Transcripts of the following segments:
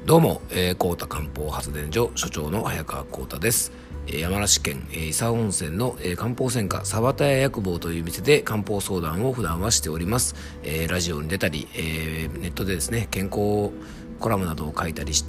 どうも、高田漢方発電所所長の早川高田です。山梨県、伊佐温泉の、漢方専科沢田屋薬房という店で漢方相談を普段はしております。ラジオに出たり、ネットでですね健康コラムなどを書いたりして、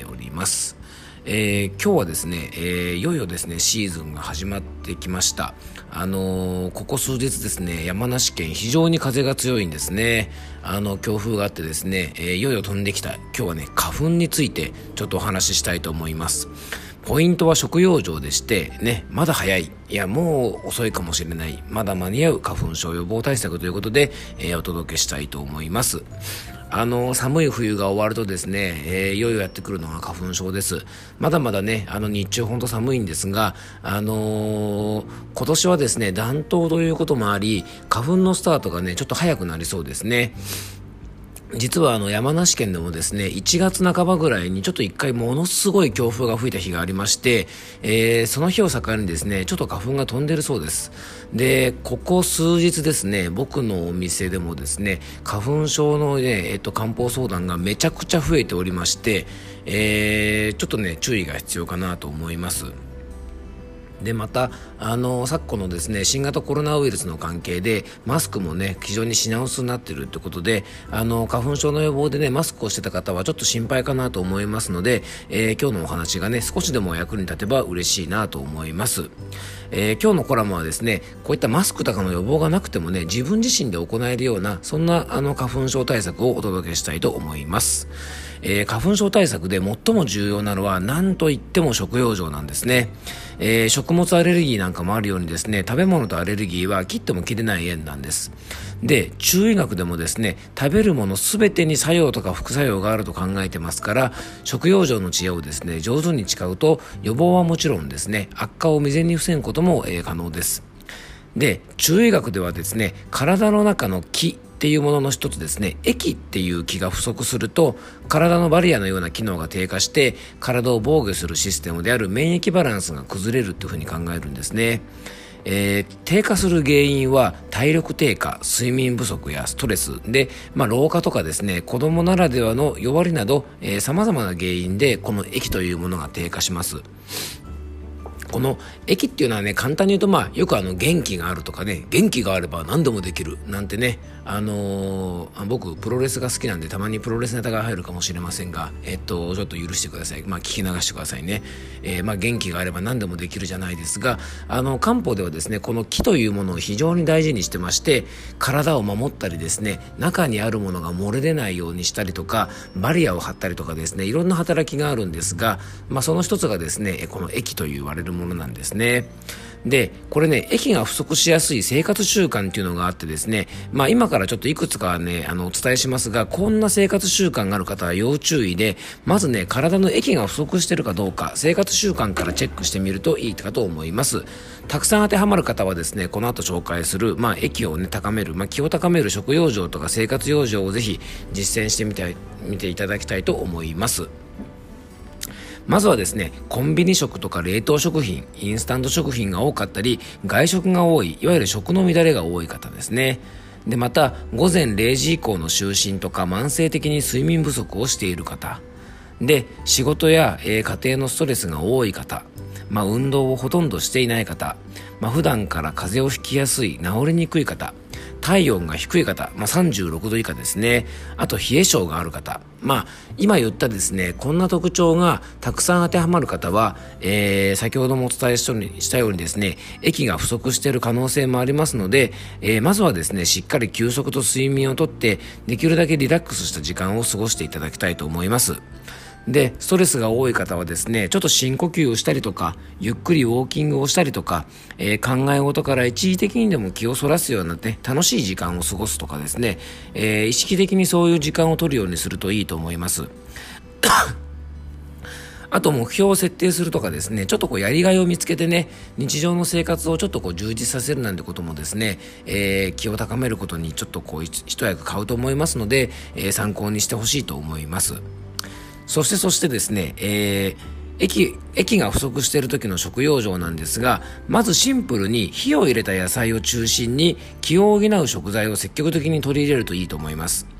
おります。今日はですね、いよいよですねシーズンが始まってきました。ここ数日ですね山梨県非常に風が強いんですね。強風があってですね、いよいよ飛んできた。今日はね花粉についてちょっとお話ししたいと思います。ポイントは食用上でしてね、まだ早い、いやもう遅いかもしれない、まだ間に合う花粉症予防対策ということで、お届けしたいと思います。寒い冬が終わるとですね、いよいよやってくるのが花粉症です。まだまだね日中ほんと寒いんですが、今年はですね暖冬ということもあり花粉のスタートがねちょっと早くなりそうですね。実は山梨県でもですね1月半ばぐらいにちょっと一回ものすごい強風が吹いた日がありまして、その日を境にですねちょっと花粉が飛んでるそうです。でここ数日ですね僕のお店でもですね花粉症のね、漢方相談がめちゃくちゃ増えておりまして、ちょっとね注意が必要かなと思います。でまた昨今のですね新型コロナウイルスの関係でマスクもね非常に品薄になっているということで花粉症の予防でねマスクをしてた方はちょっと心配かなと思いますので、今日のお話がね少しでも役に立てば嬉しいなと思います。今日のコラムはですねこういったマスクとかの予防がなくてもね自分自身で行えるようなそんな花粉症対策をお届けしたいと思います。花粉症対策で最も重要なのは何といっても食用上なんですね。食物アレルギーなんかもあるようにですね食べ物とアレルギーは切っても切れない縁なんです。で中医学でもですね食べるものすべてに作用とか副作用があると考えてますから、食用上の知恵をですね上手に使うと予防はもちろんですね悪化を未然に防ぐことも、可能です。で中医学ではですね体の中の気っていうものの一つですね液っていう気が不足すると体のバリアのような機能が低下して体を防御するシステムである免疫バランスが崩れるというふうに考えるんですね。低下する原因は体力低下、睡眠不足やストレスで、老化とかですね子供ならではの弱りなど、様々な原因でこの液というものが低下します。この液っていうのはね簡単に言うとよく元気があるとかね元気があれば何でもできるなんてね僕プロレスが好きなんでたまにプロレスネタが入るかもしれませんがちょっと許してください。聞き流してくださいね。元気があれば何でもできるじゃないですが漢方ではですねこの気というものを非常に大事にしてまして体を守ったりですね中にあるものが漏れ出ないようにしたりとかバリアを張ったりとかですねいろんな働きがあるんですが、その一つがですねこの液と言われるものなんですね。でこれね液が不足しやすい生活習慣っていうのがあってですね今からちょっといくつかねお伝えしますが、こんな生活習慣がある方は要注意で、まずね体の液が不足しているかどうか生活習慣からチェックしてみるといいかと思います。たくさん当てはまる方はですねこの後紹介する液をね高める、気を高める食養生とか生活養生をぜひ実践してみていただきたいと思います。まずはですねコンビニ食とか冷凍食品インスタント食品が多かったり外食が多いいわゆる食の乱れが多い方ですね。でまた午前0時以降の就寝とか慢性的に睡眠不足をしている方で仕事や、家庭のストレスが多い方、運動をほとんどしていない方、普段から風邪をひきやすい治りにくい方、体温が低い方、36度以下ですね。あと冷え性がある方、今言ったですねこんな特徴がたくさん当てはまる方は、先ほどもお伝えしたようにですね液が不足している可能性もありますので、まずはですねしっかり休息と睡眠をとってできるだけリラックスした時間を過ごしていただきたいと思います。でストレスが多い方はですねちょっと深呼吸をしたりとかゆっくりウォーキングをしたりとか、考え事から一時的にでも気をそらすようなね楽しい時間を過ごすとかですね、意識的にそういう時間を取るようにするといいと思います。あと目標を設定するとかですねちょっとやりがいを見つけてね日常の生活をちょっと充実させるなんてこともですね、気を高めることにちょっと一役買うと思いますので、参考にしてほしいと思います。そしてですね、液が不足している時の食用生なんですが、まずシンプルに火を入れた野菜を中心に気を補う食材を積極的に取り入れるといいと思います。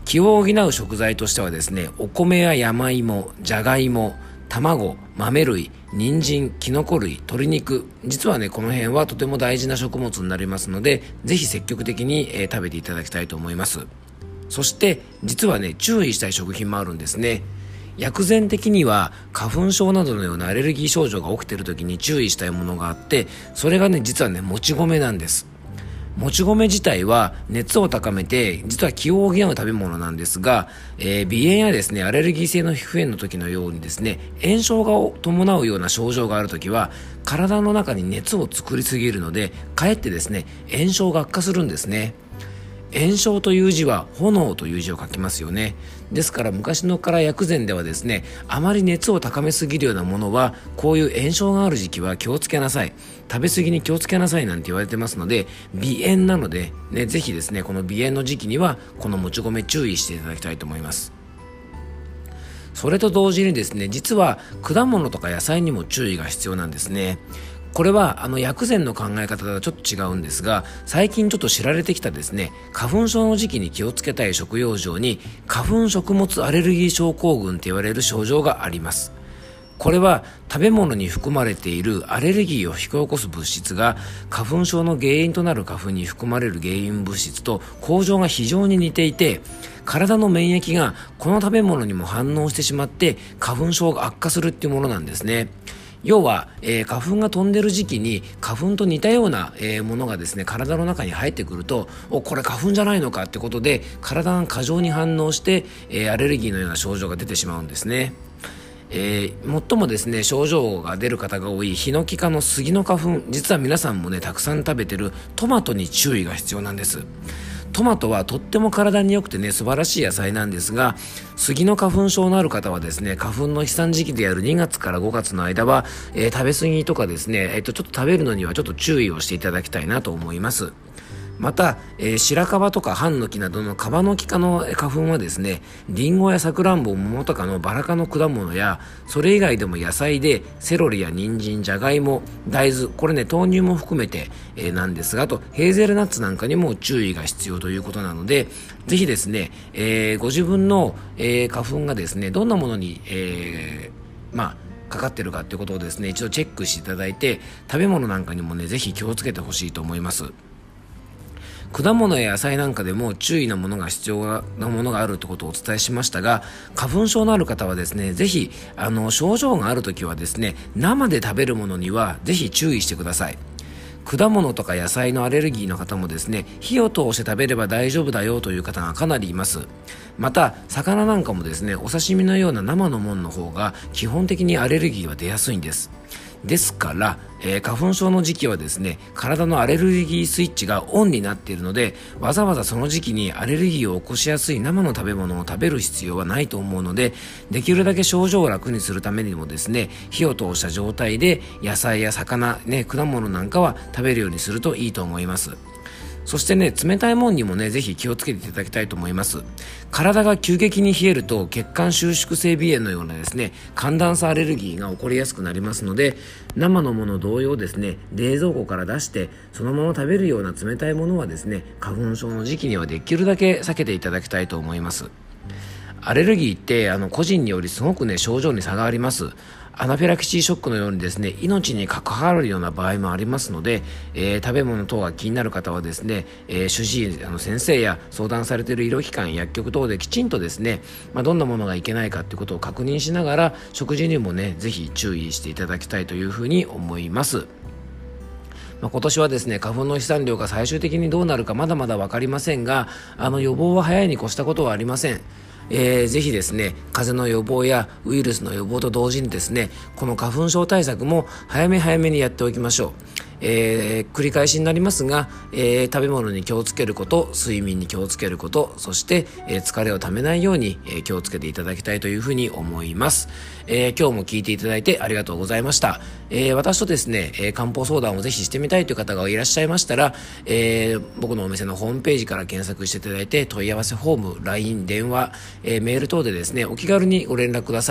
気を補う食材としてはですね、お米や山芋、じゃがいも、卵、豆類、人参、キノコ類、鶏肉、実はねこの辺はとても大事な食物になりますので、ぜひ積極的に、食べていただきたいと思います。そして実はね注意したい食品もあるんですね。薬膳的には花粉症などのようなアレルギー症状が起きている時に注意したいものがあって、それがね実はねもち米なんです。もち米自体は熱を高めて実は気を補う食べ物なんですが、鼻炎やですねアレルギー性の皮膚炎の時のようにですね、炎症が伴うような症状がある時は体の中に熱を作りすぎるので、かえってですね炎症が悪化するんですね。炎症という字は炎という字を書きますよね。ですから昔のから薬膳ではですね、あまり熱を高めすぎるようなものはこういう炎症がある時期は気をつけなさい、食べ過ぎに気をつけなさいなんて言われてますので、鼻炎なので、ね、ぜひですねこの鼻炎の時期にはこのもち米注意していただきたいと思います。それと同時にですね、実は果物とか野菜にも注意が必要なんですね。これは薬膳の考え方とはちょっと違うんですが、最近ちょっと知られてきたですね、花粉症の時期に気をつけたい食用上に花粉食物アレルギー症候群と言われる症状があります。これは食べ物に含まれているアレルギーを引き起こす物質が花粉症の原因となる花粉に含まれる原因物質と構造が非常に似ていて、体の免疫がこの食べ物にも反応してしまって花粉症が悪化するっていうものなんですね。要は、花粉が飛んでる時期に花粉と似たような、ものがですね体の中に入ってくると、これ花粉じゃないのかってことで体が過剰に反応して、アレルギーのような症状が出てしまうんですね。最もですね症状が出る方が多いヒノキ科の杉の花粉、実は皆さんもねたくさん食べてるトマトに注意が必要なんです。トマトはとっても体に良くてね素晴らしい野菜なんですが、杉の花粉症のある方はですね、花粉の飛散時期である2月から5月の間は、食べ過ぎとかですね、ちょっと食べるのにはちょっと注意をしていただきたいなと思います。また、白樺とかハンノキなどのカバノキ科の花粉はですね、リンゴやサクランボ、桃とかのバラ科の果物や、それ以外でも野菜でセロリや人参、じゃがいも、大豆、これね豆乳も含めて、なんですが、あとヘーゼルナッツなんかにも注意が必要ということなので、ぜひですね、ご自分の、花粉がですねどんなものに、かかってるかっていうことをですね一度チェックしていただいて、食べ物なんかにもねぜひ気をつけてほしいと思います。果物や野菜なんかでも注意のものが必要なものがあるということをお伝えしましたが、花粉症のある方はですね、ぜひ症状があるときはですね、生で食べるものにはぜひ注意してください。果物とか野菜のアレルギーの方もですね、火を通して食べれば大丈夫だよという方がかなりいます。また魚なんかもですね、お刺身のような生のものの方が基本的にアレルギーは出やすいんです。ですから、花粉症の時期はですね、体のアレルギースイッチがオンになっているので、わざわざその時期にアレルギーを起こしやすい生の食べ物を食べる必要はないと思うので、できるだけ症状を楽にするためにもですね、火を通した状態で野菜や魚、果物なんかは食べるようにするといいと思います。そしてね、冷たいもんにもねぜひ気をつけていただきたいと思います。体が急激に冷えると血管収縮性鼻炎のようなですね寒暖差アレルギーが起こりやすくなりますので、生のもの同様ですね、冷蔵庫から出してそのまま食べるような冷たいものはですね、花粉症の時期にはできるだけ避けていただきたいと思います。アレルギーって個人によりすごくね症状に差があります。アナフィラキシーショックのようにですね、命に関わるような場合もありますので、食べ物等が気になる方はですね、主治医先生や相談されている医療機関、薬局等できちんとですね、どんなものがいけないかということを確認しながら食事にもねぜひ注意していただきたいというふうに思います。今年はですね、花粉の飛散量が最終的にどうなるかまだまだ分かりませんが、予防は早いに越したことはありません。ぜひですね、風邪の予防やウイルスの予防と同時にですね、この花粉症対策も早め早めにやっておきましょう。繰り返しになりますが、食べ物に気をつけること、睡眠に気をつけること、そして、疲れをためないように、気をつけていただきたいというふうに思います。今日も聞いていただいてありがとうございました。私とですね、漢方相談をぜひしてみたいという方がいらっしゃいましたら、僕のお店のホームページから検索していただいて、問い合わせフォーム、LINE、電話、メール等でですね、お気軽にご連絡ください。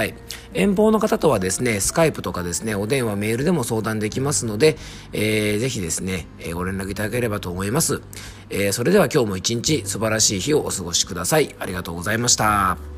遠方の方とはですね、スカイプとかですね、お電話、メールでも相談できますので、ぜひですね、ご連絡いただければと思います。それでは今日も一日素晴らしい日をお過ごしください。ありがとうございました。